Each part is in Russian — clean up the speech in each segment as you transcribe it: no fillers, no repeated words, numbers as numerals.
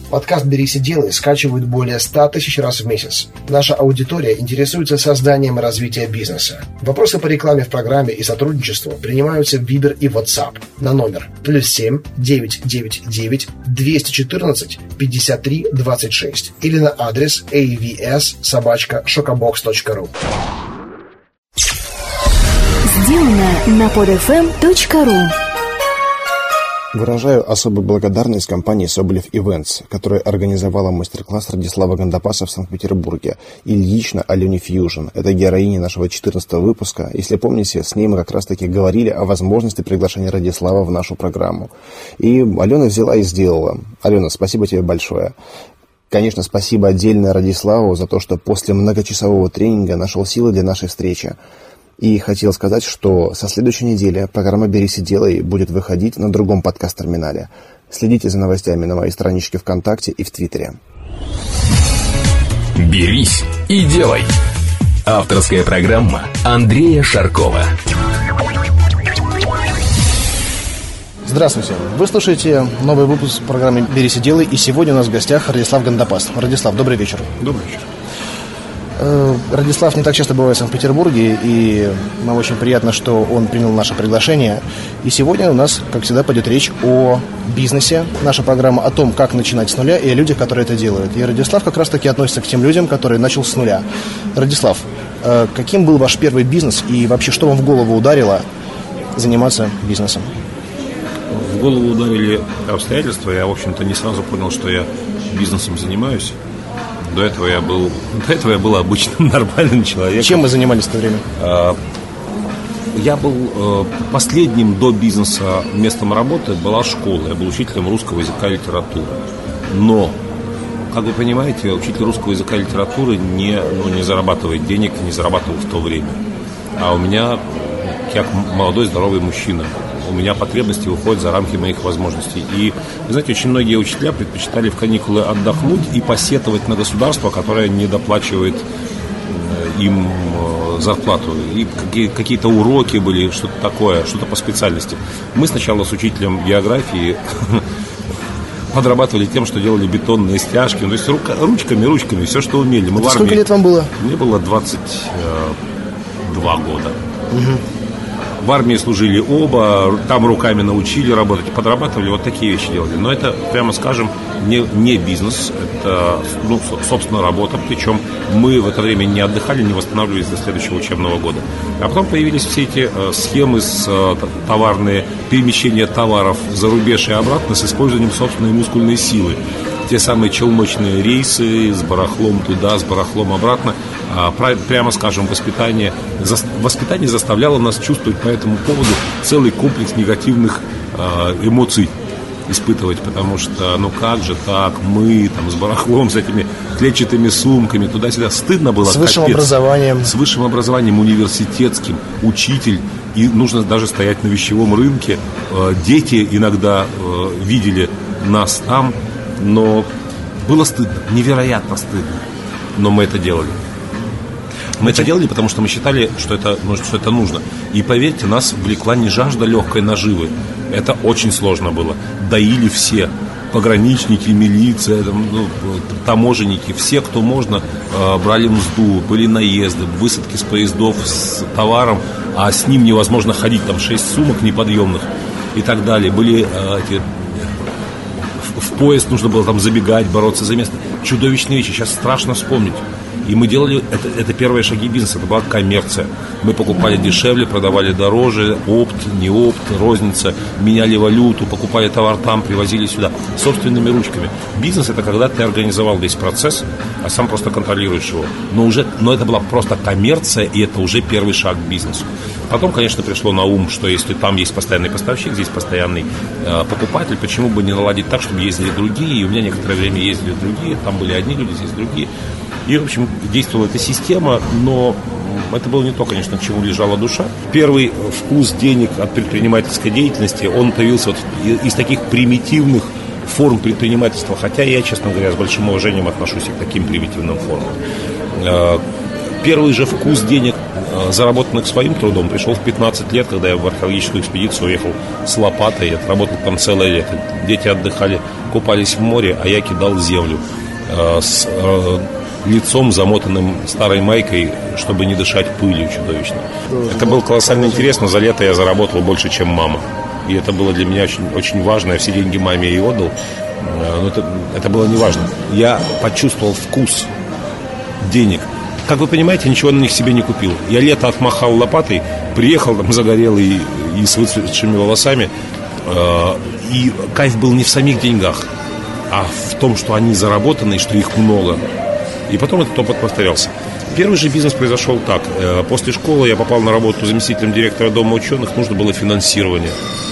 Подкаст «Берись и делай» скачивают более 100 тысяч раз в месяц. Наша аудитория интересуется созданием и развитием бизнеса. Вопросы по рекламе в программе и сотрудничеству принимаются в Viber и WhatsApp на номер +7 999 214 53 26 или на адрес avs@shokabox.ru. Сделано на podfm.ru. Выражаю особую благодарность компании Соболев Events, которая организовала мастер-класс Радислава Гандапаса в Санкт-Петербурге, и лично Алене Фьюжн. Это героиня нашего 14-го выпуска. Если помните, с ней мы как раз-таки говорили о возможности приглашения Радислава в нашу программу. И Алена взяла и сделала. Алена, спасибо тебе большое. Конечно, спасибо отдельно Радиславу за то, что после многочасового тренинга нашел силы для нашей встречи. И хотел сказать, что со следующей недели программа «Берись и делай» будет выходить на другом подкаст-терминале. Следите за новостями на моей страничке ВКонтакте и в Твиттере. «Берись и делай». Авторская программа Андрея Шаркова. Здравствуйте. Вы слушаете новый выпуск программы «Берись и делай», и сегодня у нас в гостях Радислав Гандапас. Радислав, добрый вечер. Добрый вечер. Радислав не так часто бывает в Санкт-Петербурге, и нам очень приятно, что он принял наше приглашение. И сегодня у нас, как всегда, пойдет речь о бизнесе. Наша программа о том, как начинать с нуля, и о людях, которые это делают. И Радислав как раз-таки относится к тем людям, которые начал с нуля. Радислав, каким был ваш первый бизнес, и вообще, что вам в голову ударило заниматься бизнесом? В голову ударили обстоятельства. Я, в общем-то, не сразу понял, что я бизнесом занимаюсь. До этого я был обычным нормальным человеком. Чем вы занимались в то время? Я был последним до бизнеса местом работы была школа. Я был учителем русского языка и литературы. Но, как вы понимаете, учитель русского языка и литературы не зарабатывает денег, не зарабатывал в то время. А у меня, я молодой, здоровый мужчина. У меня потребности выходят за рамки моих возможностей. И, вы знаете, очень многие учителя предпочитали в каникулы отдохнуть и посетовать на государство, которое не доплачивает им зарплату. И какие-то уроки были, что-то такое, что-то по специальности. Мы сначала с учителем географии подрабатывали тем, что делали бетонные стяжки, то есть ручками, все, что умели. Мы сколько лет вам было? Мне было 22 года. Угу. В армии служили оба, там руками научили работать, подрабатывали, вот такие вещи делали. Но это, прямо скажем, не бизнес, это, собственно, работа. Причем мы в это время не отдыхали, не восстанавливались до следующего учебного года. А потом появились все эти схемы товарные, перемещение товаров за рубеж и обратно с использованием собственной мускульной силы. Те самые челночные рейсы с барахлом туда, с барахлом обратно. Прямо скажем, воспитание заставляло нас чувствовать по этому поводу целый комплекс негативных эмоций испытывать, потому что, как же так, мы там с барахлом, с этими клетчатыми сумками, туда-сюда, стыдно было. С высшим образованием. С высшим образованием университетским, учитель, и нужно даже стоять на вещевом рынке. Дети иногда видели нас там, но было стыдно, невероятно стыдно, но мы это делали. Мы это делали, потому что мы считали, что это нужно. И поверьте, нас влекла не жажда легкой наживы. Это очень сложно было. Доили все. Пограничники, милиция, таможенники, все, кто можно, брали мзду, были наезды, высадки с поездов с товаром, а с ним невозможно ходить, там 6 сумок неподъемных и так далее. Были в поезд нужно было там забегать, бороться за место. Чудовищные вещи, сейчас страшно вспомнить. И мы делали, это первые шаги бизнеса, это была коммерция. Мы покупали дешевле, продавали дороже, опт, не опт, розница, меняли валюту, покупали товар там, привозили сюда, собственными ручками. Бизнес — это когда ты организовал весь процесс, а сам просто контролируешь его. Но это была просто коммерция, и это уже первый шаг к бизнесу. Потом, конечно, пришло на ум, что если там есть постоянный поставщик, здесь постоянный покупатель, почему бы не наладить так, чтобы ездили другие. И у меня некоторое время ездили другие, там были одни люди, здесь другие. И, в общем, действовала эта система, но это было не то, конечно, к чему лежала душа. Первый вкус денег от предпринимательской деятельности, он появился из таких примитивных форм предпринимательства, хотя я, честно говоря, с большим уважением отношусь и к таким примитивным формам. Первый же вкус денег заработанных своим трудом, пришел в 15 лет, когда я в археологическую экспедицию уехал с лопатой, отработал там целое лето. Дети отдыхали, купались в море, а я кидал землю с лицом, замотанным старой майкой, чтобы не дышать пылью чудовищно. Это было колоссально интересно. За лето я заработал больше, чем мама. И это было для меня очень, очень важно. Я все деньги маме ей отдал. Но это было не важно. Я почувствовал вкус денег. Как вы понимаете, ничего на них себе не купил. Я лето отмахал лопатой, приехал там загорелый и с выцветшими волосами. И кайф был не в самих деньгах, а в том, что они заработаны и что их много. И потом этот опыт повторялся. Первый же бизнес произошел так. После школы я попал на работу заместителем директора Дома ученых. Нужно было финансирование.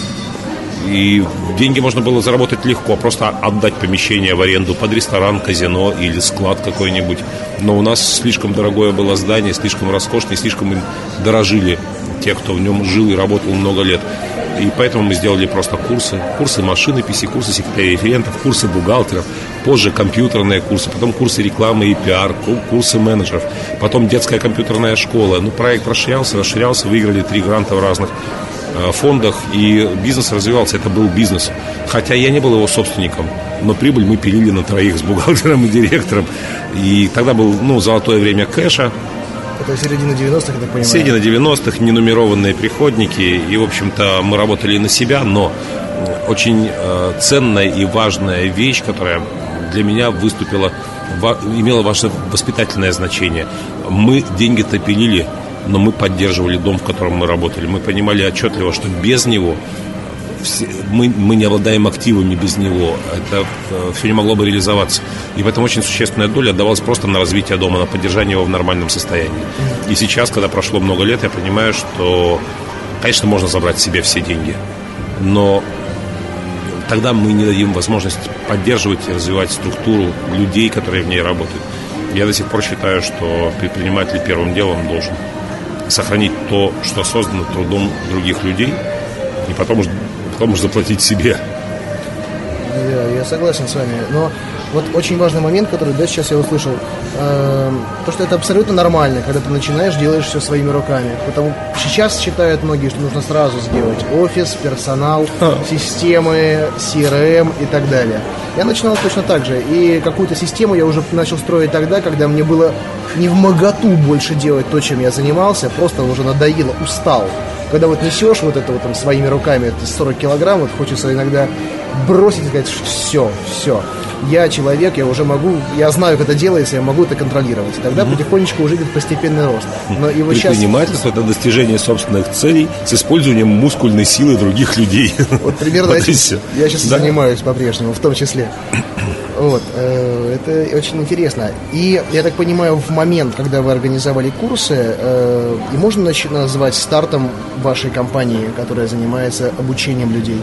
И деньги можно было заработать легко. Просто отдать помещение в аренду под ресторан, казино или склад какой-нибудь. Но у нас слишком дорогое было здание, слишком роскошное, слишком им дорожили те, кто в нем жил и работал много лет. И поэтому мы сделали просто курсы. Курсы машинописи, курсы секретарей-референтов, курсы бухгалтеров, позже компьютерные курсы, потом курсы рекламы и пиар, курсы менеджеров, потом детская компьютерная школа. Проект расширялся, выиграли 3 гранта в разных фондах, и бизнес развивался. Это был бизнес. Хотя я не был его собственником, но прибыль мы пилили на 3 с бухгалтером и директором. И тогда был золотое время кэша. Это середина 90-х, я так понимаю. Середина 90-х, ненумерованные приходники. И, в общем-то, мы работали на себя, но очень ценная и важная вещь, которая для меня имела ваше воспитательное значение. Мы деньги-то пилили, но мы поддерживали дом, в котором мы работали. Мы понимали отчетливо, что без него мы не обладаем активами без него. Это все не могло бы реализоваться. И поэтому очень существенная доля отдавалась просто на развитие дома, на поддержание его в нормальном состоянии. И сейчас, когда прошло много лет, я понимаю, что, конечно, можно забрать себе все деньги, но тогда мы не дадим возможность поддерживать и развивать структуру людей, которые в ней работают. Я до сих пор считаю, что предприниматель первым делом должен сохранить то, что создано трудом других людей, и потом уже заплатить себе. Я согласен с вами. Но вот очень важный момент, который сейчас я услышал, то, что это абсолютно нормально, когда ты начинаешь, делаешь все своими руками. Потому сейчас считают многие, что нужно сразу сделать офис, персонал, системы, CRM и так далее. Я начинал точно так же. И какую-то систему я уже начал строить тогда, когда мне было не вмоготу больше делать то, чем я занимался, просто уже надоело, устал. Когда вот несешь вот это вот там своими руками, это 40 килограмм, вот хочется иногда бросить и сказать, что все, я человек, я знаю, как это делается, я могу это контролировать. И тогда потихонечку уже идет постепенный рост. Но его предпринимательство – это достижение собственных целей с использованием мускульной силы других людей. Вот примерно этим я сейчас занимаюсь по-прежнему, в том числе. Вот, это очень интересно. И, я так понимаю, в момент, когда вы организовали курсы, и можно назвать стартом вашей компании, которая занимается обучением людей?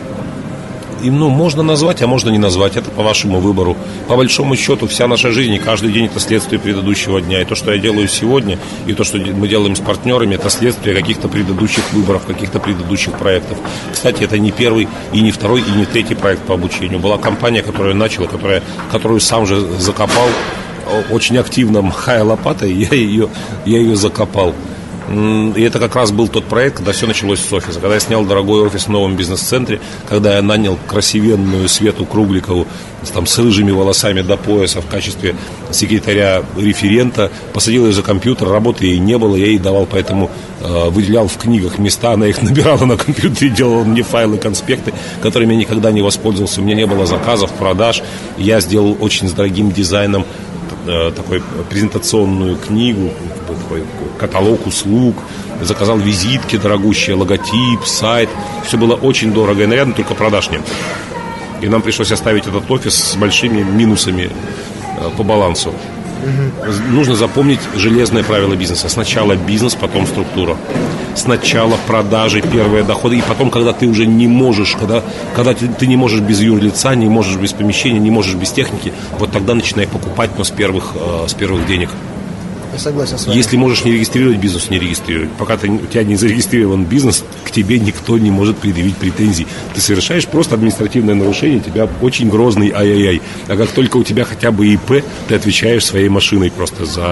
И, можно назвать, а можно не назвать. Это по вашему выбору. По большому счету, вся наша жизнь и каждый день – это следствие предыдущего дня. И то, что я делаю сегодня, и то, что мы делаем с партнерами, это следствие каких-то предыдущих выборов, каких-то предыдущих проектов. Кстати, это не первый, и не второй, и не третий проект по обучению. Была компания, которая начала, которую сам же закопал очень активно, махая лопатой, я ее закопал. И это как раз был тот проект, когда все началось с офиса. Когда я снял дорогой офис в новом бизнес-центре, когда я нанял красивенную Свету Кругликову с рыжими волосами до пояса в качестве секретаря-референта, посадил ее за компьютер, работы ей не было, я ей давал, поэтому выделял в книгах места, она их набирала на компьютере, делала мне файлы, конспекты, которыми я никогда не воспользовался. У меня не было заказов, продаж. Я сделал очень с дорогим дизайном такую презентационную книгу, такой каталог услуг, заказал визитки дорогущие, логотип, сайт. Все было очень дорого и нарядно, только продаж нет. И нам пришлось оставить этот офис с большими минусами по балансу. Нужно запомнить железное правило бизнеса. Сначала бизнес, потом структура. Сначала продажи, первые доходы. И потом, когда ты уже не можешь, когда ты не можешь без юрлица, не можешь без помещения, не можешь без техники, вот тогда начинай покупать, но с первых денег. Я согласен с вами. Если можешь не регистрировать бизнес, не регистрируй. Пока у тебя не зарегистрирован бизнес, к тебе никто не может предъявить претензий. Ты совершаешь просто административное нарушение, у тебя очень грозный ай-яй-яй. А как только у тебя хотя бы ИП, ты отвечаешь своей машиной просто за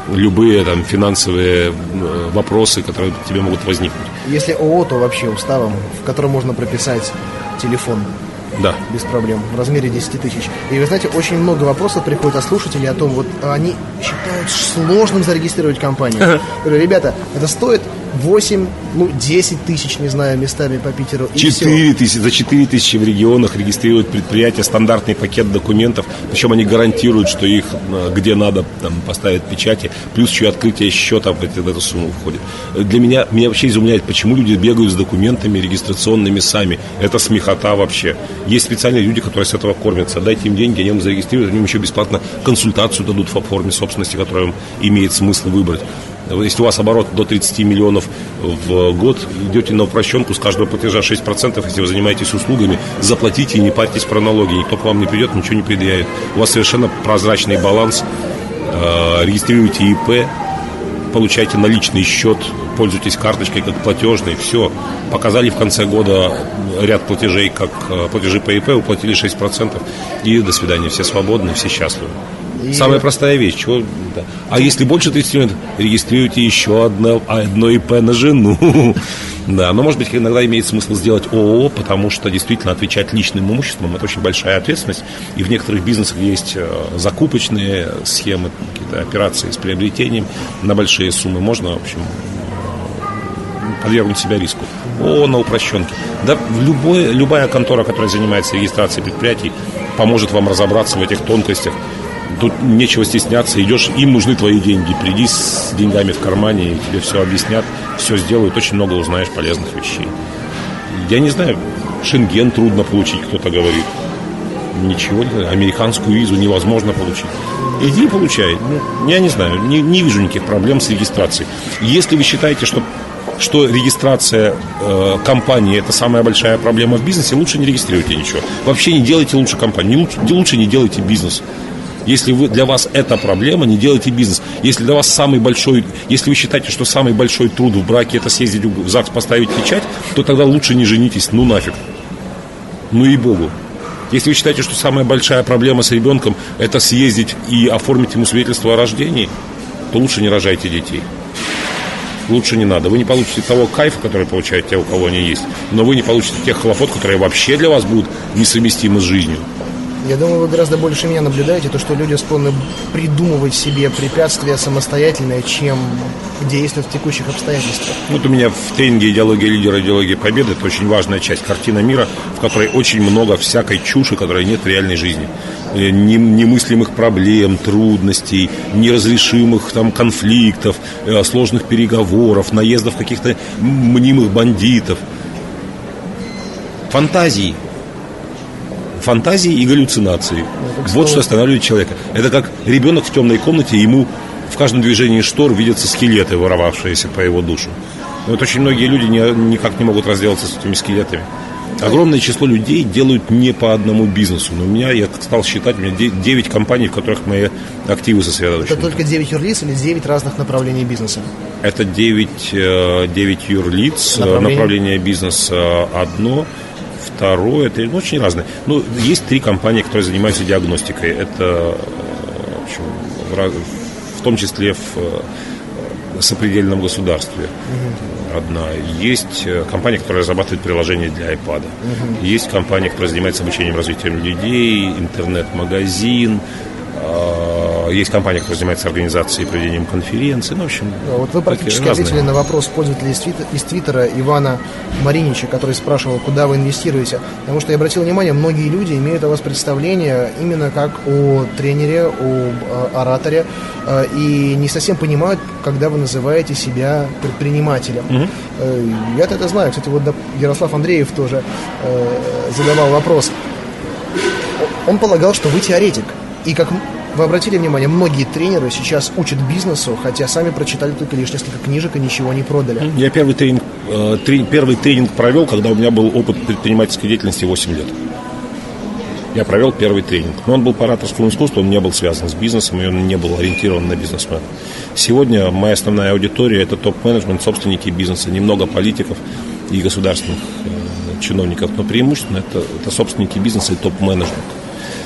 любые там финансовые вопросы, которые тебе могут возникнуть. Если ООО, то вообще уставом, в котором можно прописать телефон. Да. Без проблем, в размере 10 тысяч. И вы знаете, очень много вопросов приходит от слушателей о том, вот они считают сложным зарегистрировать компанию. Я говорю, ребята, это стоит 8, 10 тысяч, не знаю, местами по Питеру. 4 тысячи, за 4 тысячи в регионах регистрируют предприятия, стандартный пакет документов, причем они гарантируют, что их где надо там, поставят печати, плюс еще открытие счета в эту сумму входит. Меня вообще изумляет, почему люди бегают с документами регистрационными сами. Это смехота вообще. Есть специальные люди, которые с этого кормятся. Дайте им деньги, они вам зарегистрируют, они им еще бесплатно консультацию дадут по форме собственности, которую им имеет смысл выбрать. Если у вас оборот до 30 миллионов в год, идете на упрощенку, с каждого платежа 6%, если вы занимаетесь услугами, заплатите и не парьтесь про налоги. Никто к вам не придет, ничего не предъявит. У вас совершенно прозрачный баланс. Регистрируйте ИП, получайте наличный счет, пользуйтесь карточкой как платежной. Все. Показали в конце года ряд платежей, как платежи по ИП, уплатили 6%. И до свидания. Все свободны, все счастливы. Самая простая вещь. Чего, да. А если больше 30 минут, регистрируйте еще одно ИП на жену. Да, но, может быть, иногда имеет смысл сделать ООО, потому что действительно отвечать личным имуществом – это очень большая ответственность. И в некоторых бизнесах есть закупочные схемы, какие-то операции с приобретением на большие суммы. Можно, в общем, подвергнуть себя риску. ООО на упрощенке. Да, любая контора, которая занимается регистрацией предприятий, поможет вам разобраться в этих тонкостях. Тут нечего стесняться, идешь, им нужны твои деньги. Приди с деньгами в кармане, и тебе все объяснят, все сделают, очень много узнаешь полезных вещей. Я не знаю, Шенген трудно получить, кто-то говорит. Ничего не знаю, американскую визу невозможно получить. Иди и получай. Я не знаю, не вижу никаких проблем с регистрацией. Если вы считаете, что регистрация компании – это самая большая проблема в бизнесе, лучше не регистрируйте ничего. Вообще не делайте лучше компанию, лучше не делайте бизнес. Если для вас это проблема, не делайте бизнес. Если для вас если вы считаете, что самый большой труд в браке это съездить в ЗАГС, поставить печать, то тогда лучше не женитесь, нафиг. И богу. Если вы считаете, что самая большая проблема с ребенком это съездить и оформить ему свидетельство о рождении, то лучше не рожайте детей. Лучше не надо. Вы не получите того кайфа, который получают те, у кого они есть, но вы не получите тех хлопот, которые вообще для вас будут несовместимы с жизнью. Я думаю, вы гораздо больше меня наблюдаете, то, что люди склонны придумывать себе препятствия самостоятельно, чем действовать в текущих обстоятельствах. Вот у меня в тренинге «Идеология лидера, идеология победы» это очень важная часть, картина мира, в которой очень много всякой чуши, которой нет в реальной жизни. Немыслимых проблем, трудностей, неразрешимых конфликтов, сложных переговоров, наездов каких-то мнимых бандитов. Фантазии и галлюцинации. Вот что останавливает человека. Это как ребенок в темной комнате, ему в каждом движении штор видятся скелеты, воровавшиеся по его душу. Вот очень многие люди никак не могут разделаться с этими скелетами. Огромное число людей делают не по одному бизнесу. Но я стал считать, у меня 9 компаний, в которых мои активы сосредоточены. Это только 9 юрлиц или 9 разных направлений бизнеса? Это 9 юрлиц, направление бизнеса одно. Второе, это очень разные. Есть 3 компании, которые занимаются диагностикой. Это, в том числе в сопредельном государстве. Одна. Есть компания, которая разрабатывает приложения для iPad. Есть компания, которая занимается обучением, развитием людей, интернет-магазин. Есть компания, которая занимается организацией и проведением конференций. В общем, вот вы практически ответили на вопрос пользователя из Твиттера Ивана Маринича, который спрашивал, куда вы инвестируете. Потому что я обратил внимание, многие люди имеют о вас представление именно как о тренере, о ораторе, и не совсем понимают, когда вы называете себя предпринимателем. Я-то это знаю. Кстати, вот Ярослав Андреев тоже задавал вопрос. Он полагал, что вы теоретик. И как вы обратили внимание, многие тренеры сейчас учат бизнесу, хотя сами прочитали только лишь несколько книжек и ничего не продали. Я первый тренинг провел, когда у меня был опыт предпринимательской деятельности 8 лет. Я провел первый тренинг. Но он был по ораторскому искусству, он не был связан с бизнесом, и он не был ориентирован на бизнесмена. Сегодня моя основная аудитория – это топ-менеджмент, собственники бизнеса, немного политиков и государственных чиновников, но преимущественно это собственники бизнеса и топ-менеджмент.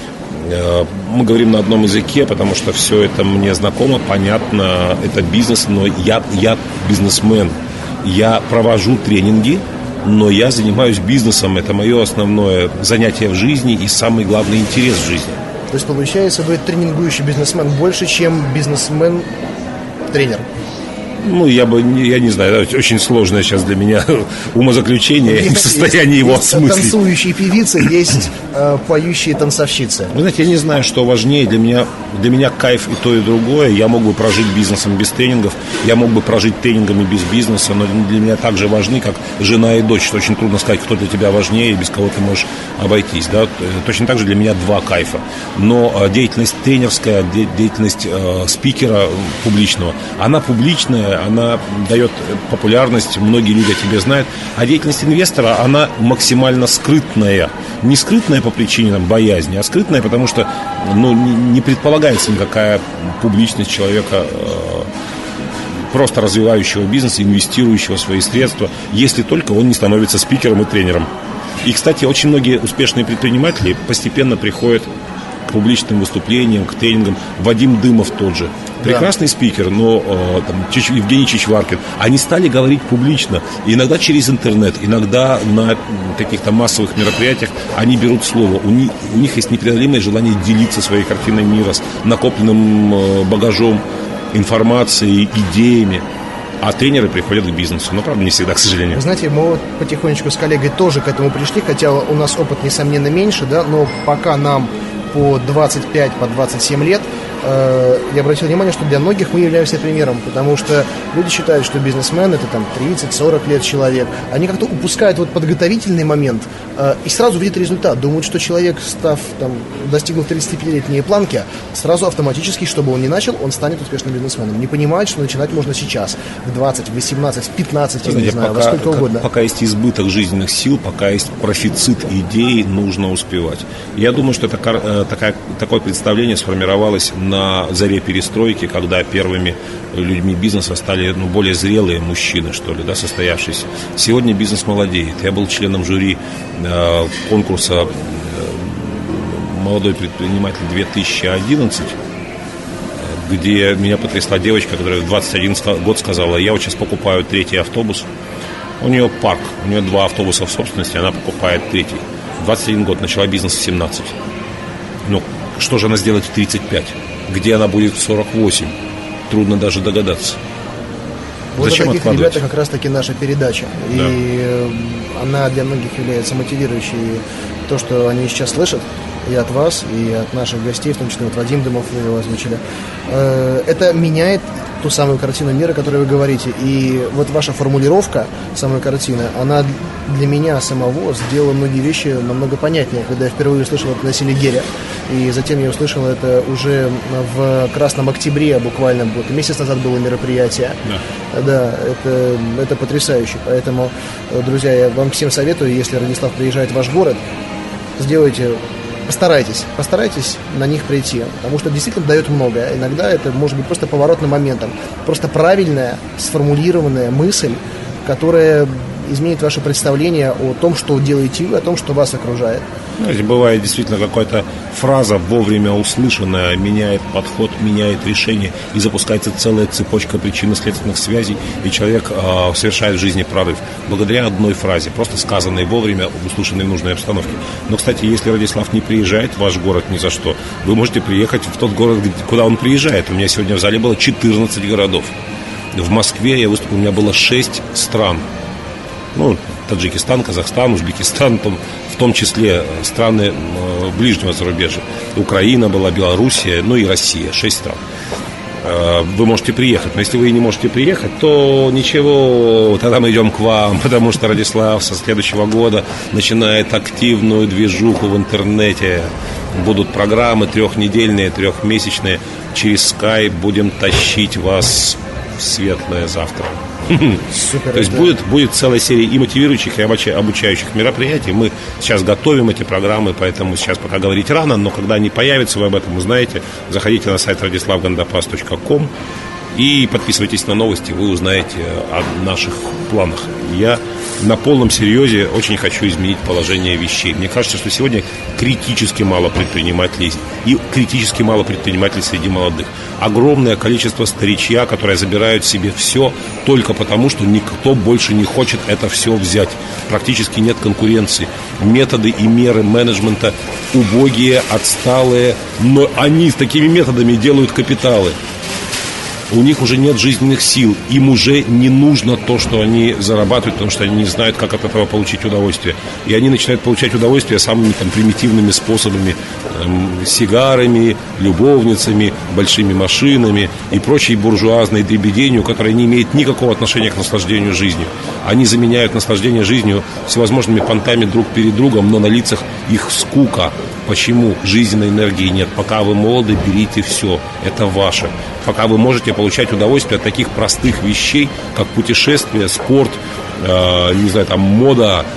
Мы говорим на одном языке, потому что все это мне знакомо, понятно, это бизнес, но я бизнесмен. Я провожу тренинги, но я занимаюсь бизнесом. Это мое основное занятие в жизни и самый главный интерес в жизни. То есть, получается, вы тренингующий бизнесмен больше, чем бизнесмен-тренер? Ну, я не знаю, это очень сложное сейчас для меня умозаключение, я не в состоянии его осмыслить. Есть танцующие певицы, есть поющие танцовщицы. Вы знаете, я не знаю, что важнее. Для меня кайф и то, и другое. Я мог бы прожить бизнесом без тренингов, я мог бы прожить тренингами без бизнеса, но для меня также важны, как жена и дочь. Очень трудно сказать, кто для тебя важнее, без кого ты можешь обойтись. Да? Точно так же для меня два кайфа. Но деятельность тренерская, деятельность спикера публичного, она публичная, она дает популярность, многие люди о тебе знают. А деятельность инвестора, она максимально скрытная. Не скрытная по причине боязни, а скрытная, потому что не предполагается никакая публичность человека, просто развивающего бизнес, инвестирующего свои средства, если только он не становится спикером и тренером. И, кстати, очень многие успешные предприниматели постепенно приходят к публичным выступлениям, к тренингам. Вадим Дымов тот же. Прекрасный спикер, но Евгений Чичваркин. Они стали говорить публично. Иногда через интернет, иногда на каких-то массовых мероприятиях они берут слово. У них есть непреодолимое желание делиться своей картиной мира с накопленным багажом информации, идеями. А тренеры приходят к бизнесу. Но, правда, не всегда, к сожалению. Вы знаете, мы вот потихонечку с коллегой тоже к этому пришли, хотя у нас опыт, несомненно, меньше, да, но пока нам по 25, по 27 лет, я обратил внимание, что для многих мы являемся примером, потому что люди считают, что бизнесмен — это там 30-40 лет человек. Они как-то упускают вот подготовительный момент и сразу видят результат. Думают, что человек, достигнув 35-летней планки, сразу автоматически, чтобы он не начал, он станет успешным бизнесменом. Не понимают, что начинать можно сейчас, в 20, в 18, в 15, я не знаю, во сколько угодно. Пока есть избыток жизненных сил, пока есть профицит идей, нужно успевать. Я думаю, что такое представление сформировалось на заре перестройки, когда первыми людьми бизнеса стали более зрелые мужчины, что ли, да, состоявшиеся. Сегодня бизнес молодеет. Я был членом жюри конкурса «Молодой предприниматель 2011», где меня потрясла девочка, которая в 21 год сказала: я вот сейчас покупаю 3-й автобус. У нее парк, у нее 2 автобуса в собственности, она покупает 3-й. 21 год, начала бизнес в 17. Что же она сделает в 35? Где она будет в 48? Трудно даже догадаться. Вот зачем о таких откладывать? ребятах как раз таки наша передача. Да. И она для многих является мотивирующей. То, что они сейчас слышат, и от вас, и от наших гостей, в том числе Вадим Дымов, вы его озвучили, это меняет ту самую картину мира, о которой вы говорите. И вот ваша формулировка самой картины, она для меня самого сделала многие вещи намного понятнее, когда я впервые услышал это на Селигере. И затем я услышал это уже в Красном Октябре, буквально месяц назад было мероприятие. Да, это потрясающе. Поэтому, друзья, я вам всем советую, если Радислав приезжает в ваш город, Постарайтесь на них прийти, потому что действительно дает многое. Иногда это может быть просто поворотным моментом, просто правильная, сформулированная мысль, которая изменит ваше представление о том, что делаете вы, о том, что вас окружает. Знаете, бывает действительно какая-то фраза, вовремя услышанная, меняет подход, меняет решение, и запускается целая цепочка причинно-следственных связей, и человек совершает в жизни прорыв. Благодаря одной фразе, просто сказанной вовремя, услышанной в нужной обстановке. Но, кстати, если Радислав не приезжает в ваш город ни за что, вы можете приехать в тот город, куда он приезжает. У меня сегодня в зале было 14 городов. В Москве я выступил, у меня было 6 стран. Таджикистан, Казахстан, Узбекистан, в том числе страны ближнего зарубежья. Украина была, Белоруссия, и Россия, 6 стран. Вы можете приехать, но если вы не можете приехать, то ничего, тогда мы идем к вам, потому что Радислав со следующего года начинает активную движуху в интернете. Будут программы 3-недельные, 3-месячные, через Skype будем тащить вас в светлое завтра. Супер, то есть будет целая серия и мотивирующих, и обучающих мероприятий. Мы сейчас готовим эти программы, поэтому сейчас пока говорить рано, но когда они появятся, вы об этом узнаете. Заходите на сайт radislavgandapas.com и подписывайтесь на новости, вы узнаете о наших планах. Я на полном серьезе очень хочу изменить положение вещей. Мне кажется, что сегодня критически мало предпринимателей и критически мало предпринимателей среди молодых. Огромное количество старичья, которые забирают себе все только потому, что никто больше не хочет это все взять. Практически нет конкуренции. Методы и меры менеджмента убогие, отсталые, но они с такими методами делают капиталы. У них уже нет жизненных сил, им уже не нужно то, что они зарабатывают, потому что они не знают, как от этого получить удовольствие. И они начинают получать удовольствие самыми примитивными способами, сигарами, любовницами, большими машинами и прочей буржуазной дребеденью, которая не имеет никакого отношения к наслаждению жизнью. Они заменяют наслаждение жизнью всевозможными понтами друг перед другом, но на лицах их скука. Почему? Жизненной энергии нет. Пока вы молоды, берите все. Это ваше. Пока вы можете получать удовольствие от таких простых вещей, как путешествие, спорт, мода,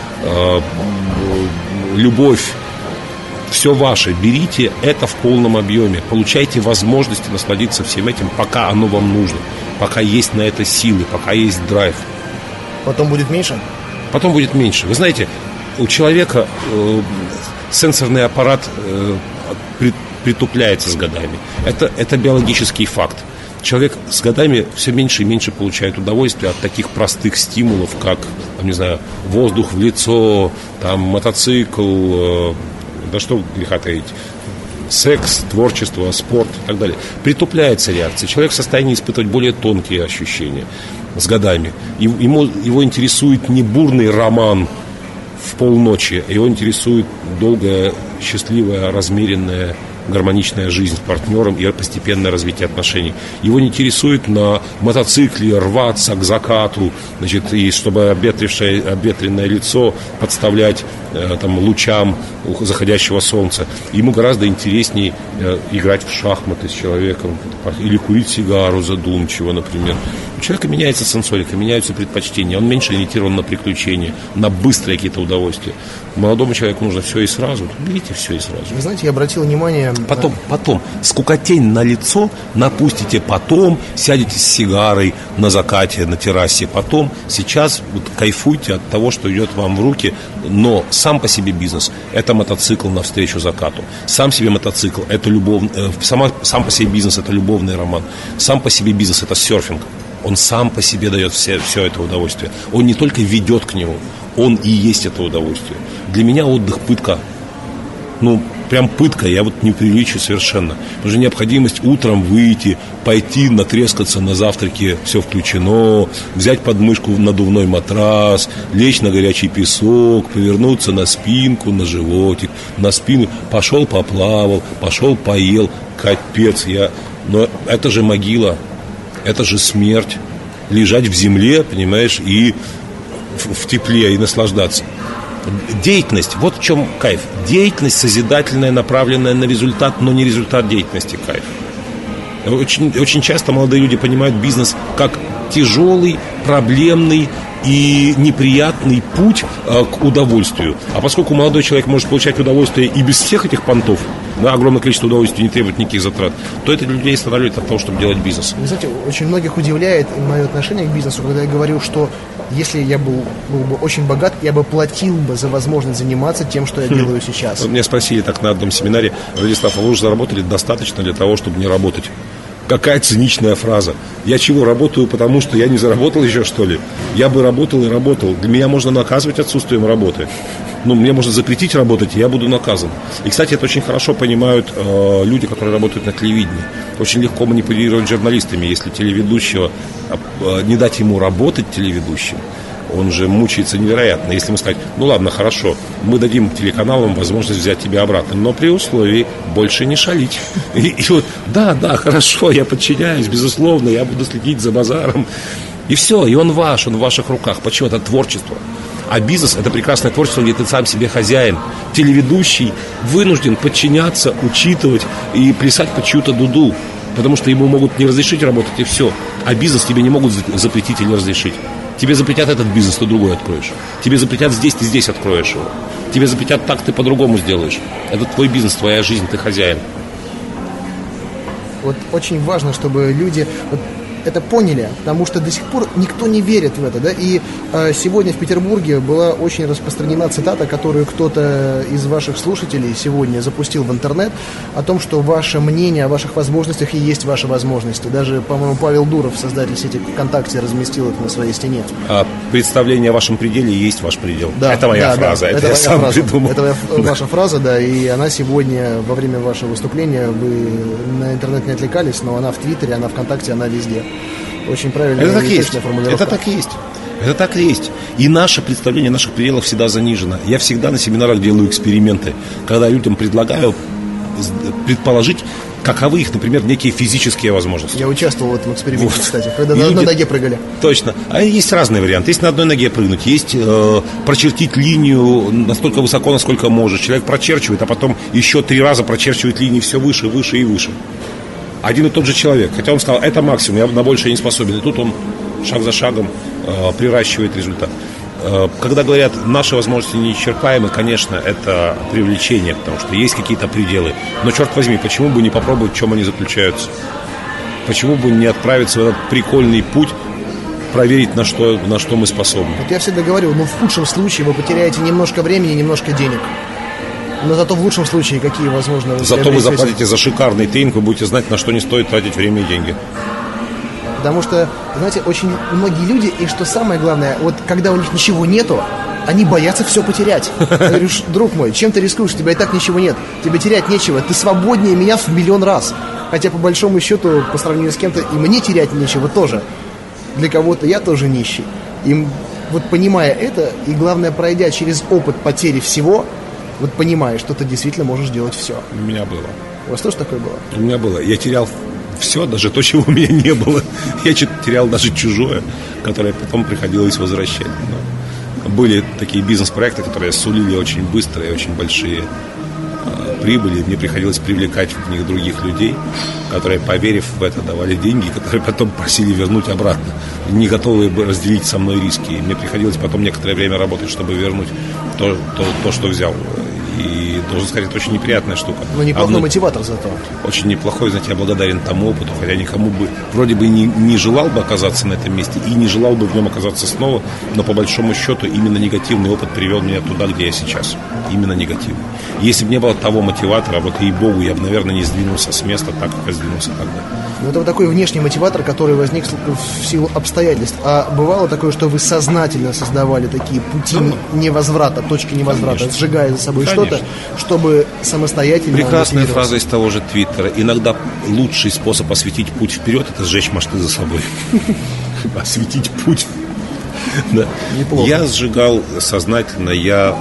любовь. Все ваше. Берите это в полном объеме. Получайте возможности насладиться всем этим, пока оно вам нужно. Пока есть на это силы, пока есть драйв. Потом будет меньше? Потом будет меньше. Вы знаете, у человека сенсорный аппарат притупляется с годами. Это биологический факт. Человек с годами все меньше и меньше получает удовольствие от таких простых стимулов, как, воздух в лицо, мотоцикл, да что греха таить, секс, творчество, спорт и так далее. Притупляется реакция. Человек в состоянии испытывать более тонкие ощущения с годами. Его интересует не бурный роман в полночи, его интересует долгая, счастливая, размеренная, гармоничная жизнь с партнером и постепенное развитие отношений. Его не интересует на мотоцикле рваться к закату, и чтобы обветренное лицо подставлять лучам заходящего солнца. Ему гораздо интереснее играть в шахматы с человеком или курить сигару задумчиво, например. У человека меняется сенсорика, меняются предпочтения, он меньше ориентирован на приключения, на быстрые какие-то удовольствия. Молодому человеку нужно все и сразу. Берите все и сразу. Вы знаете, я обратил внимание... Потом, скукотень на лицо напустите потом, сядете с сигарой на закате, на террасе потом. Сейчас кайфуйте от того, что идет вам в руки, но сам по себе бизнес – это мотоцикл навстречу закату. Сам себе мотоцикл – это сам по себе бизнес – это любовный роман. Сам по себе бизнес – это серфинг. Он сам по себе дает все это удовольствие. Он не только ведет к нему, он и есть это удовольствие. Для меня отдых – пытка. Прям пытка, я не приличу совершенно. Потому что необходимость утром выйти, пойти натрескаться на завтраке, все включено, взять под мышку надувной матрас, лечь на горячий песок, повернуться на спинку, на животик, на спину. Пошел поплавал, пошел поел. Капец, но это же могила, это же смерть. Лежать в земле, понимаешь, и в тепле, и наслаждаться. Деятельность, вот в чем кайф. Деятельность созидательная, направленная на результат, но не результат деятельности кайф. Очень, очень часто молодые люди понимают бизнес как тяжелый, проблемный и неприятный путь к удовольствию. А поскольку молодой человек может получать удовольствие и без всех этих понтов, огромное количество удовольствия, не требует никаких затрат, то это людей останавливает от того, чтобы делать бизнес. Вы знаете, очень многих удивляет мое отношение к бизнесу, когда я говорю, что если я был бы очень богат, я бы платил бы за возможность заниматься тем, что я делаю сейчас. Меня спросили так на одном семинаре: Владислав, а вы уже заработали достаточно для того, чтобы не работать? Какая циничная фраза. Я чего, работаю, потому что я не заработал еще, что ли? Я бы работал и работал. Для меня можно наказывать отсутствием работы. Мне можно запретить работать, и я буду наказан. И, кстати, это очень хорошо понимают люди, которые работают на телевидении. Очень легко манипулировать журналистами, если телеведущего не дать ему работать телеведущим. Он же мучается невероятно. Если мы сказать: ладно, хорошо, мы дадим телеканалам возможность взять тебя обратно, но при условии больше не шалить. И да, хорошо, я подчиняюсь, безусловно, я буду следить за базаром. И все, и он в ваших руках. Почему? Это творчество. А бизнес – это прекрасное творчество, где ты сам себе хозяин. Телеведущий вынужден подчиняться, учитывать и плясать под чью-то дуду, потому что ему могут не разрешить работать, и все. А бизнес тебе не могут запретить или разрешить. Тебе запретят этот бизнес, ты другой откроешь. Тебе запретят здесь, ты здесь откроешь его. Тебе запретят так, ты по-другому сделаешь. Это твой бизнес, твоя жизнь, ты хозяин. Очень важно, чтобы люди... это поняли, потому что до сих пор никто не верит в это, да, и сегодня в Петербурге была очень распространена цитата, которую кто-то из ваших слушателей сегодня запустил в интернет, о том, что ваше мнение о ваших возможностях и есть ваши возможности. Даже, по-моему, Павел Дуров, создатель сети ВКонтакте, разместил это на своей стене. Представление о вашем пределе есть ваш предел. Да, это моя фраза, это я сам придумал. Это ваша фраза, да, и она сегодня, во время вашего выступления, вы на интернет не отвлекались, но она в Твиттере, она ВКонтакте, она везде. Очень правильная это и точная формулировка. Это так и есть. Это так и есть. И наше представление наших пределов всегда занижено. Я всегда на семинарах делаю эксперименты, когда людям предлагаю предположить, каковы их, например, некие физические возможности. Я участвовал в этом эксперименте, кстати, когда на одной ноге прыгали. Точно. А есть разные варианты. Есть на одной ноге прыгнуть, есть прочертить линию настолько высоко, насколько может. Человек прочерчивает, а потом еще 3 раза прочерчивает линии все выше, выше и выше. Один и тот же человек. Хотя он сказал, это максимум, я на большее не способен. И тут он шаг за шагом приращивает результат. Когда говорят, наши возможности неисчерпаемы, конечно, это привлечение, потому что есть какие-то пределы. Но, черт возьми, почему бы не попробовать, в чем они заключаются? Почему бы не отправиться в этот прикольный путь, проверить, на что мы способны? Вот я всегда говорю, в худшем случае вы потеряете немножко времени, немножко денег. Но зато в лучшем случае какие возможны... Зато вы заплатите за шикарный тренинг, вы будете знать, на что не стоит тратить время и деньги. Потому что, знаете, очень многие люди, и что самое главное, вот когда у них ничего нету, они боятся все потерять. Я говорю, друг мой, чем ты рискуешь? У тебя и так ничего нет. Тебе терять нечего. Ты свободнее меня в миллион раз. Хотя, по большому счету, по сравнению с кем-то, и мне терять нечего тоже. Для кого-то я тоже нищий. И вот понимая это, и главное, пройдя через опыт потери всего, вот понимаешь, что ты действительно можешь делать все. У меня было. У вас тоже такое было? У меня было. Я терял все, даже то, чего у меня не было. Я терял даже чужое, которое потом приходилось возвращать. Но были такие бизнес-проекты, которые сулили очень быстрые, очень большие прибыли. Мне приходилось привлекать в них других людей, которые, поверив в это, давали деньги, которые потом просили вернуть обратно. Не готовы бы разделить со мной риски. И мне приходилось потом некоторое время работать, чтобы вернуть то, что взял. И, должен сказать, это очень неприятная штука. Но неплохой мотиватор зато. Очень неплохой, знаете, я благодарен тому опыту, хотя никому бы, вроде бы не желал бы оказаться на этом месте и не желал бы в нем оказаться снова, но по большому счету именно негативный опыт привел меня туда, где я сейчас. Именно негативный. Если бы не было того мотиватора, вот ей-богу, я бы, наверное, не сдвинулся с места так, как я сдвинулся тогда. Ну, это вот такой внешний мотиватор, который возник в силу обстоятельств. А бывало такое, что вы сознательно создавали такие пути невозврата, точки невозврата, конечно, сжигая за собой что-то, чтобы самостоятельно... Прекрасная фраза из того же Твиттера. Иногда лучший способ осветить путь вперед — это сжечь мосты за собой. Осветить путь. Неплохо. Я сжигал сознательно, я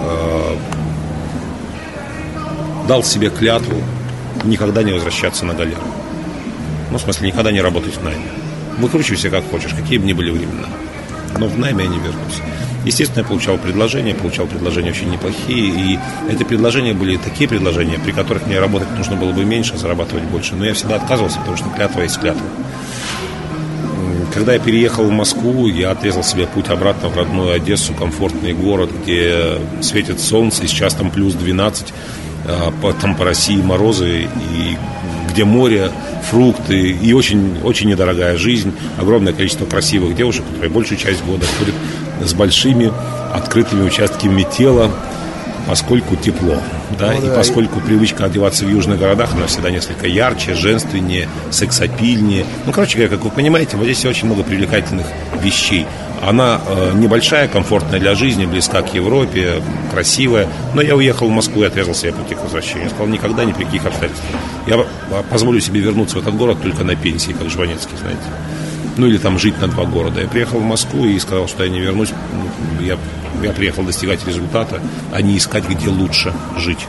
дал себе клятву никогда не возвращаться на галеру. Ну, в смысле, никогда не работать в найме. Выкручивайся как хочешь, какие бы ни были времена. Но в найме я не вернусь. Естественно, я получал предложения очень неплохие. И эти предложения были такие предложения, при которых мне работать нужно было бы меньше, зарабатывать больше. Но я всегда отказывался, потому что клятва есть клятва. Когда я переехал в Москву, я отрезал себе путь обратно в родную Одессу, комфортный город, где светит солнце, и сейчас там плюс 12, там по России морозы, и где море, фрукты и очень, очень недорогая жизнь, огромное количество красивых девушек, которые большую часть года ходят с большими открытыми участками тела, поскольку тепло, да, и поскольку привычка одеваться в южных городах, она всегда несколько ярче, женственнее, сексапильнее. Ну, короче говоря, как вы понимаете, в Одессе очень много привлекательных вещей. Она небольшая, комфортная для жизни, близка к Европе, красивая. Но я уехал в Москву и отрезал себе пути к возвращению. Я сказал, никогда, ни при каких обстоятельствах. Я позволю себе вернуться в этот город только на пенсии, как Жванецкий, знаете. Ну, или там жить на 2 города. Я приехал в Москву и сказал, что я не вернусь. Я приехал достигать результата, а не искать, где лучше жить.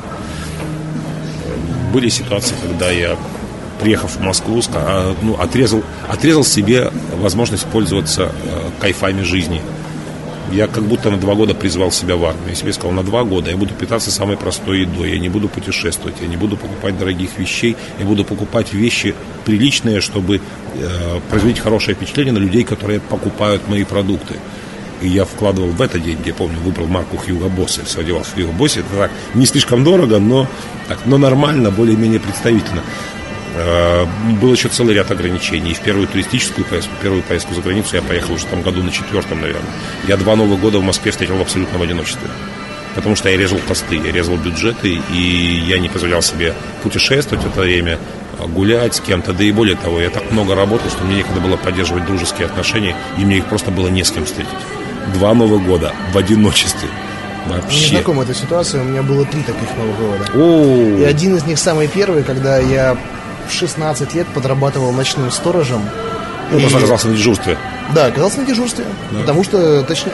Были ситуации, когда я, приехав в Москву, отрезал себе возможность пользоваться кайфами жизни. Я как будто на 2 года призвал себя в армию. Я себе сказал, на 2 года я буду питаться самой простой едой, я не буду путешествовать, я не буду покупать дорогих вещей, я буду покупать вещи приличные, чтобы производить хорошее впечатление на людей, которые покупают мои продукты. И я вкладывал в это деньги. Я помню, выбрал марку Hugo Boss. Я все одевался в Hugo Boss. Это так, не слишком дорого, но нормально, более-менее представительно. Был еще целый ряд ограничений. И в первую туристическую поездку, первую поездку за границу я поехал уже в том году на 4-м, наверное. Я 2 Новых года в Москве встретил в абсолютном одиночестве. Потому что я резал посты, я резал бюджеты, и я не позволял себе путешествовать в это время, гулять с кем-то. Да и более того, я так много работал, что мне некогда было поддерживать дружеские отношения, и мне их просто было не с кем встретить. 2 Новых года в одиночестве. Вообще. Не знакома эта ситуация, у меня было 3 таких Новых года. О-о-о. И один из них самый первый, когда я в 16 лет подрабатывал ночным сторожем. Ну, просто оказался на дежурстве. Да, оказался на дежурстве. Да. Потому что, точнее,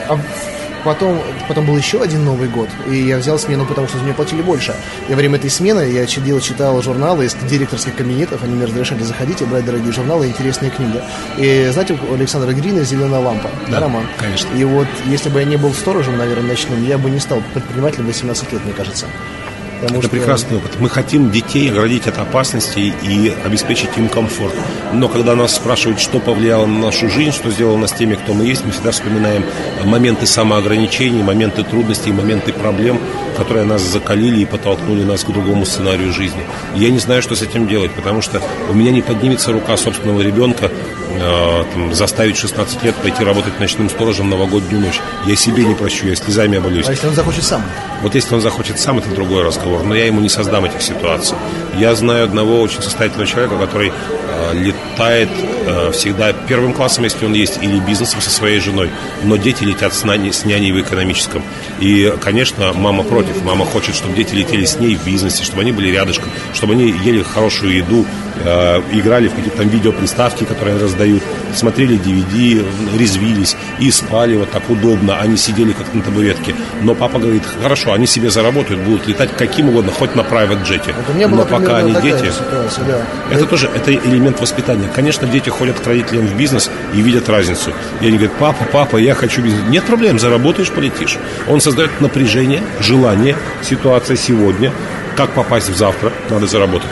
потом был еще один Новый год, и я взял смену, потому что мне платили больше. И во время этой смены я читал журналы из директорских кабинетов, они мне разрешали заходить и брать дорогие журналы и интересные книги. И знаете, у Александра Грина «Зеленая лампа», да, роман? Конечно. И вот, если бы я не был сторожем, наверное, ночным, я бы не стал предпринимателем в 18 лет, мне кажется. Это прекрасный опыт. Мы хотим детей оградить от опасностей и обеспечить им комфорт. Но когда нас спрашивают, что повлияло на нашу жизнь, что сделало нас теми, кто мы есть, мы всегда вспоминаем моменты самоограничений, моменты трудностей, моменты проблем, которые нас закалили и подтолкнули нас к другому сценарию жизни. И я не знаю, что с этим делать, потому что у меня не поднимется рука собственного ребенка заставить 16 лет пойти работать ночным сторожем в новогоднюю ночь. Я себе не прощу, я слезами обольюсь. А если он захочет сам? Вот если он захочет сам, это другой разговор. Но я ему не создам этих ситуаций. Я знаю одного очень состоятельного человека, который летает всегда первым классом, если он есть, или бизнесом со своей женой. Но дети летят с няней в экономическом. И, конечно, мама против. Мама хочет, чтобы дети летели с ней в бизнесе, чтобы они были рядышком, чтобы они ели хорошую еду, играли в какие-то там видеоприставки, которые раздают, смотрели DVD, резвились и спали вот так удобно. Они сидели как на табуретке. Но папа говорит, хорошо, они себе заработают, будут летать каким угодно, хоть на private джете. Но пока они дети, это тоже это элемент воспитания. Конечно, дети ходят к родителям в бизнес и видят разницу. И они говорят, папа, я хочу бизнес. Нет проблем, заработаешь, полетишь. Он создает напряжение, желание, ситуация сегодня. Как попасть в завтра, надо заработать.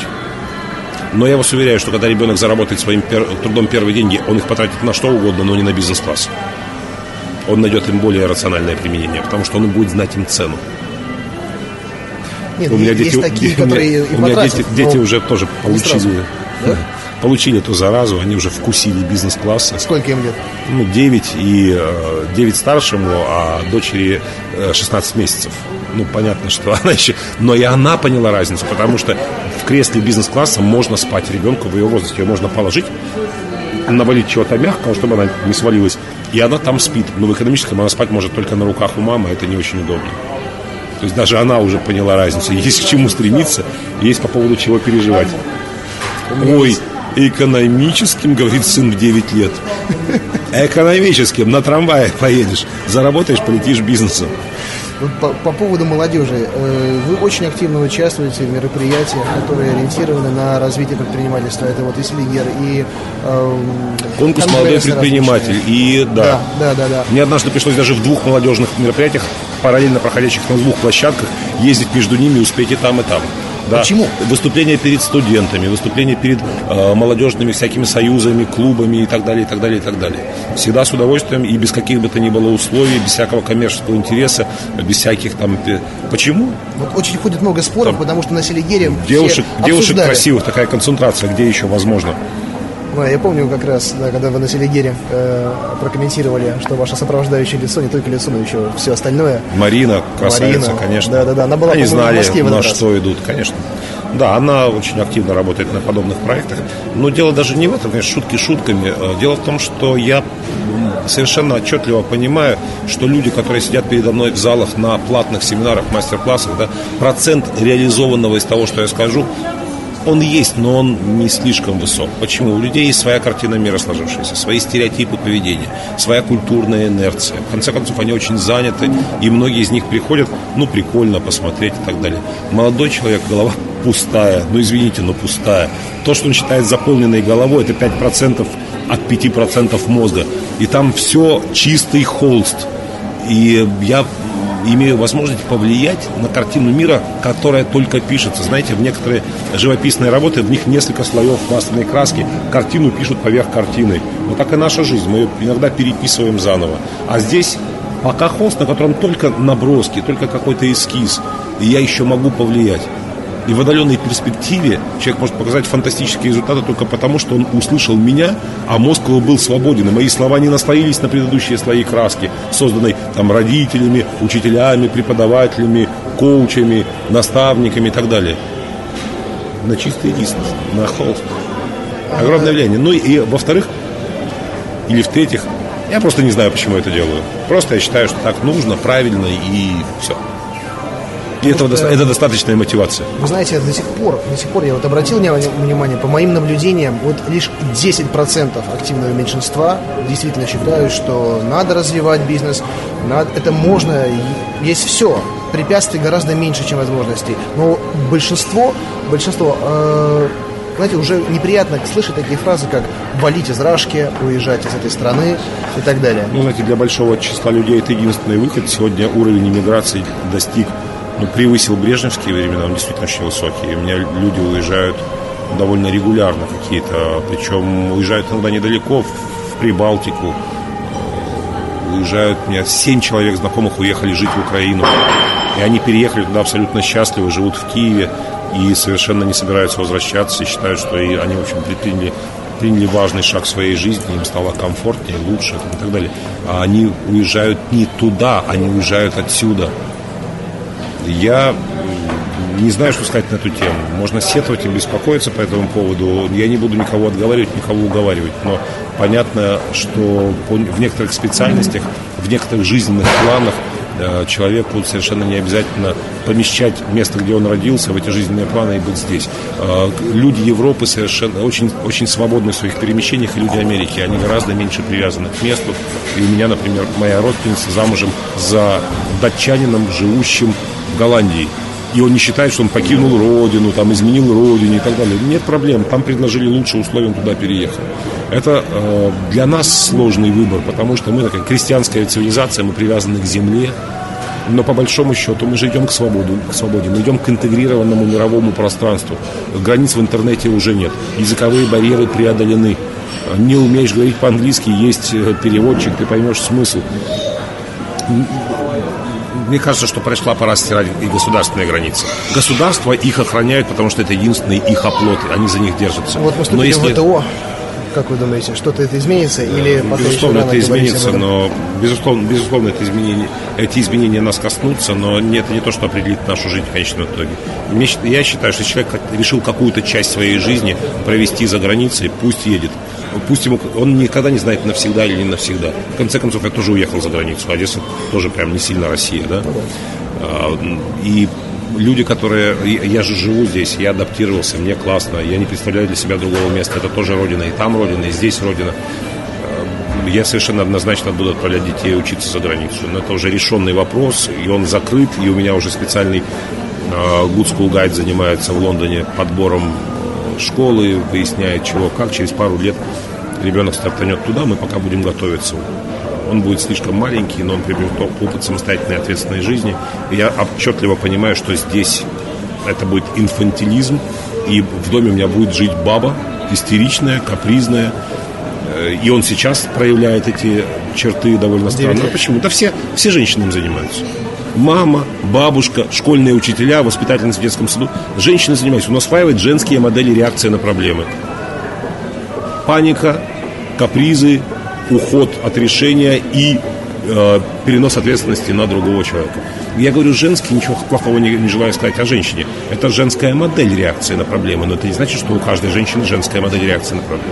Но я вас уверяю, что когда ребенок заработает своим трудом первые деньги, он их потратит на что угодно, но не на бизнес-класс. Он найдет им более рациональное применение, потому что он будет знать им цену. Нет, у меня есть такие, которые и потратят. Дети уже тоже получили, да? Получили эту заразу, они уже вкусили бизнес-классы. Сколько им лет? 9 старшему, а дочери 16 месяцев. Понятно, что она еще... Но и она поняла разницу, потому что в кресле бизнес-класса можно спать ребенку в ее возрасте. Ее можно положить, навалить чего-то мягкого, чтобы она не свалилась, и она там спит. Но в экономическом она спать может только на руках у мамы, а это не очень удобно. То есть даже она уже поняла разницу. Есть к чему стремиться, есть по поводу чего переживать. Ой, экономическим, говорит сын в 9 лет. Экономическим, на трамвае поедешь. Заработаешь, полетишь бизнесом. По поводу молодежи. Вы очень активно участвуете в мероприятиях, которые ориентированы на развитие предпринимательства. Это вот и Селигер, и конкурс «Молодой предприниматель». И да. Да. Мне однажды пришлось даже в 2 молодежных мероприятиях, параллельно проходящих на 2 площадках, ездить между ними и успеть и там, и там. Да. Почему? Выступления перед студентами, выступления перед молодежными всякими союзами, клубами и так далее, и так далее, и так далее. Всегда с удовольствием и без каких бы то ни было условий, без всякого коммерческого интереса, без всяких там... Почему? Вот очень ходит много споров, там, потому что на Селигере девушек красивых, такая концентрация, где еще возможно? Я помню как раз, да, когда вы на Селигере прокомментировали, что ваше сопровождающее лицо, не только лицо, но еще все остальное. Марина, красавица, конечно. Да. Она была, они знали, в Москве на что идут, конечно. Да, она очень активно работает на подобных проектах. Но дело даже не в этом, конечно, шутки шутками. Дело в том, что я совершенно отчетливо понимаю, что люди, которые сидят передо мной в залах на платных семинарах, мастер-классах, да, процент реализованного из того, что я скажу, он есть, но он не слишком высок. Почему? У людей есть своя картина мира сложившаяся, свои стереотипы поведения, своя культурная инерция. В конце концов, они очень заняты, и многие из них приходят, прикольно посмотреть и так далее. Молодой человек, голова пустая, извините, но пустая. То, что он считает заполненной головой, это 5% от 5% мозга. И там все чистый холст. И я имею возможность повлиять на картину мира, которая только пишется. Знаете, в некоторые живописные работы, в них несколько слоев масляной краски, картину пишут поверх картины. Вот так и наша жизнь, мы ее иногда переписываем заново. А здесь пока холст, на котором только наброски, только какой-то эскиз, и я еще могу повлиять. И в отдаленной перспективе человек может показать фантастические результаты только потому, что он услышал меня, а мозг его был свободен. И мои слова не наслоились на предыдущие слои краски, созданной там родителями, учителями, преподавателями, коучами, наставниками и так далее. На чистый лист, на холст. Огромное влияние. Ну и во-вторых, или в-третьих, я просто не знаю, почему я это делаю. Просто я считаю, что так нужно, правильно и все. И это достаточная мотивация. Вы знаете, до сих пор я вот обратил внимание, по моим наблюдениям, вот лишь 10% активного меньшинства действительно считают, что надо развивать бизнес, это можно, есть все. Препятствий гораздо меньше, чем возможностей. Но большинство, знаете, уже неприятно слышать такие фразы, как «валить из Рашки», «уезжать из этой страны» и так далее. Ну, знаете, для большого числа людей это единственный выход. Сегодня уровень иммиграции достиг, превысил брежневские времена, он действительно очень высокий. И у меня люди уезжают довольно регулярно какие-то, причем уезжают иногда недалеко, в Прибалтику. Уезжают, у меня 7 человек знакомых уехали жить в Украину. И они переехали туда абсолютно счастливы, живут в Киеве и совершенно не собираются возвращаться. И считают, что они, в общем, приняли важный шаг в своей жизни, им стало комфортнее, лучше и так далее. А они уезжают не туда, они уезжают отсюда. Я не знаю, что сказать на эту тему. Можно сетовать и беспокоиться по этому поводу. Я не буду никого отговаривать, никого уговаривать. Но понятно, что в некоторых специальностях, в некоторых жизненных планах человеку совершенно не обязательно помещать место, где он родился, в эти жизненные планы и быть здесь. Люди Европы совершенно очень, очень свободны в своих перемещениях, и люди Америки, они гораздо меньше привязаны к месту. И у меня, например, моя родственница замужем за датчанином, живущим в Голландии. И он не считает, что он покинул родину, там, изменил родину и так далее. Нет проблем, там предложили лучшие условия, он туда переехал. Это для нас сложный выбор, потому что мы такая крестьянская цивилизация, мы привязаны к земле. Но по большому счету мы же идем к свободе, мы идем к интегрированному мировому пространству. Границ в интернете уже нет, языковые барьеры преодолены. Не умеешь говорить по-английски, есть переводчик, ты поймешь смысл. Мне кажется, что пришла пора стирать и государственные границы. Государства их охраняют, потому что это единственный их оплот, они за них держатся. Вот мы вступили в ВТО. Как вы думаете, что-то это изменится? Или безусловно, это изменится, но безусловно, эти изменения нас коснутся, но это не то, что определит нашу жизнь в конечном итоге. Я считаю, что человек решил какую-то часть своей жизни провести за границей, пусть едет. Пусть он никогда не знает, навсегда или не навсегда. В конце концов, я тоже уехал за границу. Одесса тоже прям не сильно Россия, да? И люди, которые... Я же живу здесь, я адаптировался, мне классно. Я не представляю для себя другого места. Это тоже родина, и там родина, и здесь родина. Я совершенно однозначно буду отправлять детей учиться за границу. Но это уже решенный вопрос, и он закрыт. И у меня уже специальный Good School Guide занимается в Лондоне подбором школы, выясняет, чего, как. Через пару лет ребенок стартанет туда, мы пока будем готовиться. Он будет слишком маленький, но он приобретет опыт самостоятельной ответственной жизни. И я отчетливо понимаю, что здесь это будет инфантилизм, и в доме у меня будет жить баба, истеричная, капризная. И он сейчас проявляет эти черты довольно странно. Почему? Да все женщины им занимаются. Мама, бабушка, школьные учителя, воспитательницы в детском саду. Женщины занимаются. Он осваивает женские модели реакции на проблемы. Паника, капризы, уход от решения и перенос ответственности на другого человека. Я говорю женский, ничего плохого не желаю сказать о женщине. Это женская модель реакции на проблемы. Но это не значит, что у каждой женщины женская модель реакции на проблемы.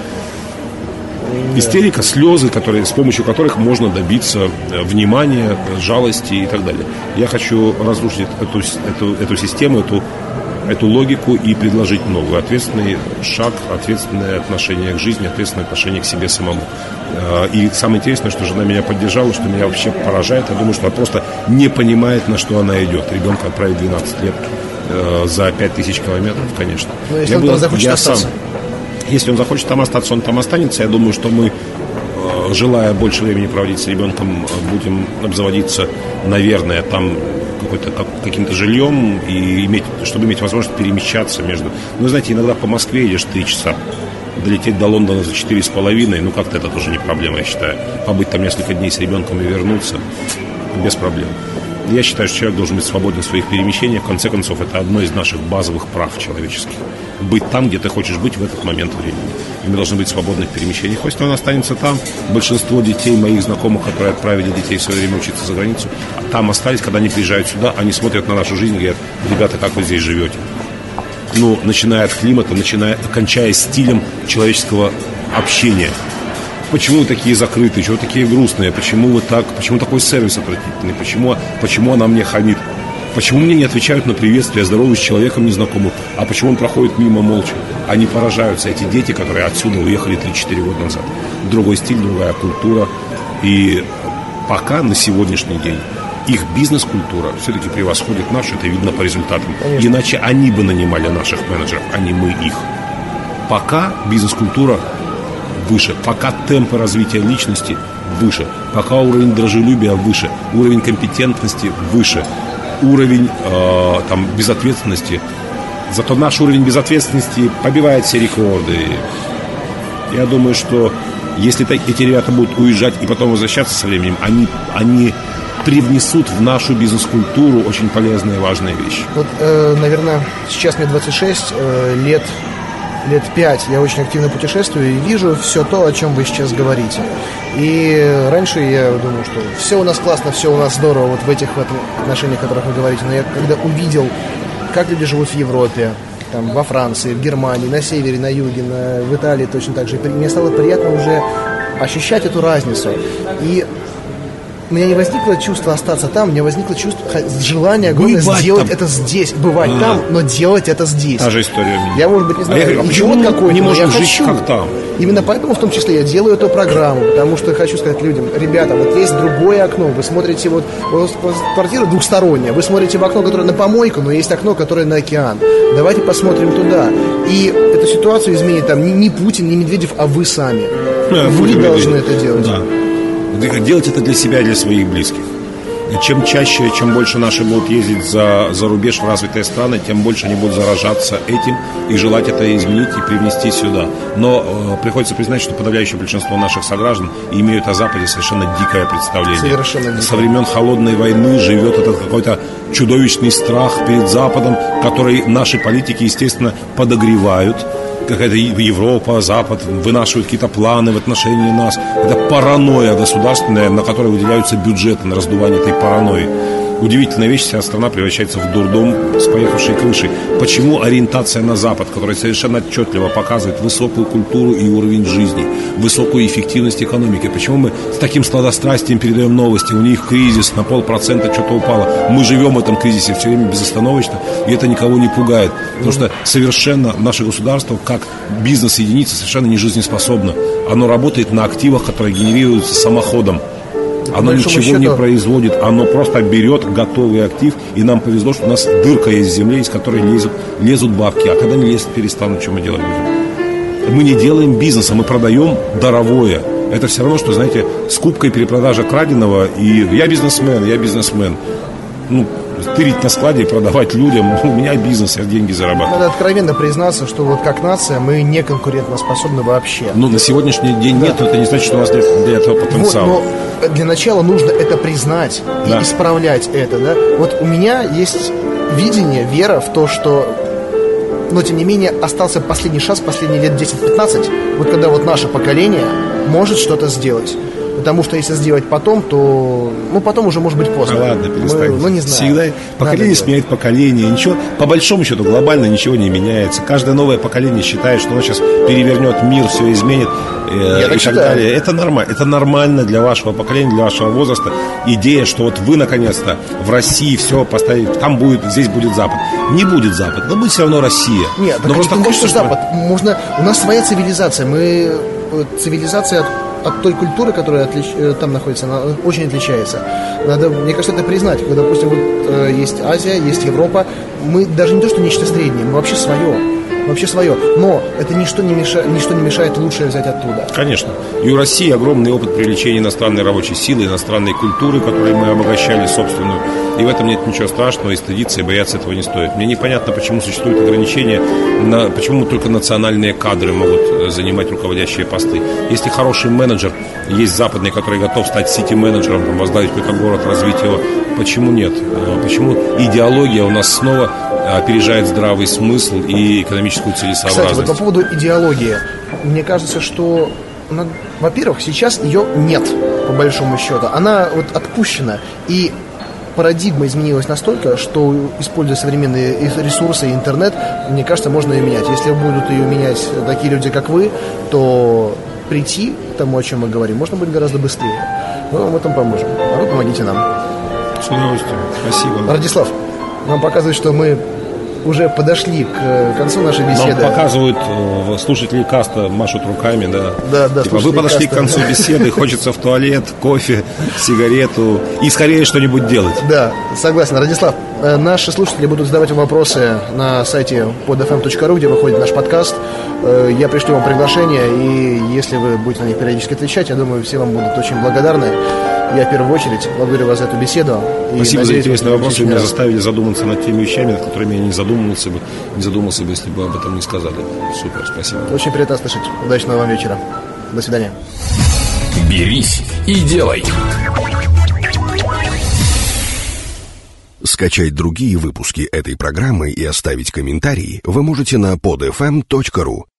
Истерика, слезы, с помощью которых можно добиться внимания, жалости и так далее. Я хочу разрушить эту систему, эту логику и предложить новую. Ответственный шаг, ответственное отношение к жизни, ответственное отношение к себе самому. И самое интересное, что жена меня поддержала, что меня вообще поражает. Я думаю, что она просто не понимает, на что она идет. Ребенка отправить 12 лет за 5000 километров, конечно. Но если он захочет остаться. Если он захочет там остаться, он там останется. Я думаю, что мы, желая больше времени проводить с ребенком, будем обзаводиться, наверное, там каким-то жильем, и чтобы иметь возможность перемещаться между... Ну, знаете, иногда по Москве едешь 3 часа. Долететь до Лондона за 4,5, как-то это тоже не проблема, я считаю. Побыть там несколько дней с ребенком и вернуться без проблем. Я считаю, что человек должен быть свободен в своих перемещениях. В конце концов, это одно из наших базовых прав человеческих. Быть там, где ты хочешь быть в этот момент времени. И мы должны быть свободны в перемещениях. Пусть он останется там. Большинство детей, моих знакомых, которые отправили детей в свое время учиться за границу, там остались, когда они приезжают сюда, они смотрят на нашу жизнь и говорят: ребята, как вы здесь живете? Ну, начиная от климата, кончая стилем человеческого общения. Почему вы такие закрытые, чего вы такие грустные, почему такой сервис отвратительный, почему она мне хамит, почему мне не отвечают на приветствие, я здороваюсь с человеком незнакомым, а почему он проходит мимо молча. Они поражаются, эти дети, которые отсюда уехали 3-4 года назад. Другой стиль, другая культура. И пока на сегодняшний день их бизнес-культура все-таки превосходит нашу, это видно по результатам. Конечно. Иначе они бы нанимали наших менеджеров, а не мы их. Пока бизнес-культура выше, пока темпы развития личности выше, пока уровень дружелюбия выше, уровень компетентности выше, уровень безответственности. Зато наш уровень безответственности побивает все рекорды. Я думаю, что если эти ребята будут уезжать и потом возвращаться со временем, они привнесут в нашу бизнес-культуру очень полезные и важные вещи. Вот, наверное, сейчас мне 26 лет 5 я очень активно путешествую и вижу все то, о чем вы сейчас говорите. И раньше я думал, что все у нас классно, все у нас здорово, вот в этих отношениях, о которых вы говорите. Но я когда увидел, как люди живут в Европе, там, во Франции, в Германии, на севере, на юге, в Италии точно так же, мне стало приятно уже ощущать эту разницу. И у меня не возникло чувство остаться там, у меня возникло чувство, желание огромное сделать это здесь. Бывать там, но делать это здесь. Та же история у меня. Я, может быть, не знаю, почему не можем жить как там? Именно поэтому, в том числе, я делаю эту программу, потому что хочу сказать людям: ребята, вот есть другое окно, вы смотрите, вот квартира двухсторонняя, вы смотрите в окно, которое на помойку, но есть окно, которое на океан. Давайте посмотрим туда. И эту ситуацию изменит там не Путин, не Медведев, а вы сами. Вы должны это делать. Да. Делать это для себя и для своих близких. Чем чаще, чем больше наши будут ездить за рубеж в развитые страны, тем больше они будут заражаться этим и желать это изменить и привнести сюда. Но приходится признать, что подавляющее большинство наших сограждан имеют о Западе совершенно дикое представление. Совершенно дикое. Со времен Холодной войны живет этот какой-то чудовищный страх перед Западом, который наши политики, естественно, подогревают. Какая-то Европа, Запад вынашивают какие-то планы в отношении нас. Это паранойя государственная, на которой выделяются бюджеты на раздувание этой паранойи. Удивительная вещь, вся страна превращается в дурдом с поехавшей крышей. Почему ориентация на Запад, которая совершенно отчетливо показывает высокую культуру и уровень жизни, высокую эффективность экономики? Почему мы с таким сладострастием передаем новости? У них кризис, на 0,5% что-то упало. Мы живем в этом кризисе все время безостановочно, и это никого не пугает. Потому что совершенно наше государство, как бизнес-единица, совершенно не жизнеспособно. Оно работает на активах, которые генерируются самоходом. Оно ничего не производит, оно просто берет готовый актив, и нам повезло, что у нас дырка есть в земле, из которой лезут бабки, а когда не лезут, перестанут, что мы делать будем. Мы не делаем бизнеса, мы продаем даровое. Это все равно, что, знаете, скупка и перепродажа краденого, и я бизнесмен. Ну, тырить на складе и продавать людям. У меня бизнес, я деньги зарабатываю. Надо откровенно признаться, что вот как нация мы не конкурентоспособны вообще. Ну, на сегодняшний день нет, но это не значит, что у нас нет для этого потенциала. Вот, но для начала нужно это признать и исправлять это, да. Вот у меня есть видение, вера в то, что, но тем не менее остался последний шанс, последние лет 10-15, вот когда вот наше поколение может что-то сделать. Потому что если сделать потом, то потом уже может быть поздно. Ладно, перестань. Не знаю. Всегда поколение сменяет поколение. Ничего, по большому счету, глобально ничего не меняется. Каждое новое поколение считает, что оно сейчас перевернет мир, все изменит и так далее. Это нормально. Это нормально для вашего поколения, для вашего возраста. Идея, что вот вы наконец-то в России все поставите, здесь будет Запад. Не будет Запад, но будет все равно Россия. Нет, но просто хочется Запад. У нас своя цивилизация. Цивилизация от той культуры, которая там находится, она очень отличается. Надо, мне кажется, это признать. Когда, допустим, есть Азия, есть Европа, мы даже не то, что нечто среднее, мы вообще свое. вообще свое. Но это ничто не мешает лучшее взять оттуда. Конечно. И у России огромный опыт привлечения иностранной рабочей силы, иностранной культуры, которой мы обогащали собственную. И в этом нет ничего страшного, и стыдиться, и бояться этого не стоит. Мне непонятно, почему существуют ограничения, почему только национальные кадры могут занимать руководящие посты. Если хороший менеджер, есть западный, который готов стать сити-менеджером, возглавить какой-то город, развить его, почему нет? Почему идеология у нас снова опережает здравый смысл и экономическую целесообразность? Кстати, вот по поводу идеологии, мне кажется, что, во-первых, сейчас ее нет, по большому счету. Она вот отпущена, и парадигма изменилась настолько, что, используя современные ресурсы и интернет, мне кажется, можно ее менять. Если будут ее менять такие люди, как вы, то прийти к тому, о чем мы говорим, можно будет гораздо быстрее. Мы вам в этом поможем. А вы помогите нам. С удовольствием. Спасибо. Радислав, нам показывает, что мы уже подошли к концу нашей беседы. Нам показывают, слушатели каста машут руками, да. Да, типа, вы подошли каста, к концу беседы, хочется в туалет, кофе, сигарету и скорее что-нибудь делать. Да, согласен. Радислав, наши слушатели будут задавать вам вопросы на сайте podfm.ru, где выходит наш подкаст. Я пришлю вам приглашение, и если вы будете на них периодически отвечать, я думаю, все вам будут очень благодарны. Я в первую очередь благодарю вас за эту беседу. Спасибо за интересный вопрос. Вы меня заставили задуматься над теми вещами, над которыми я не задумывался бы, если бы об этом не сказали. Супер, спасибо. Очень приятно слышать. Удачного вам вечера. До свидания. Берись и делай. Скачать другие выпуски этой программы и оставить комментарии вы можете на podfm.ru.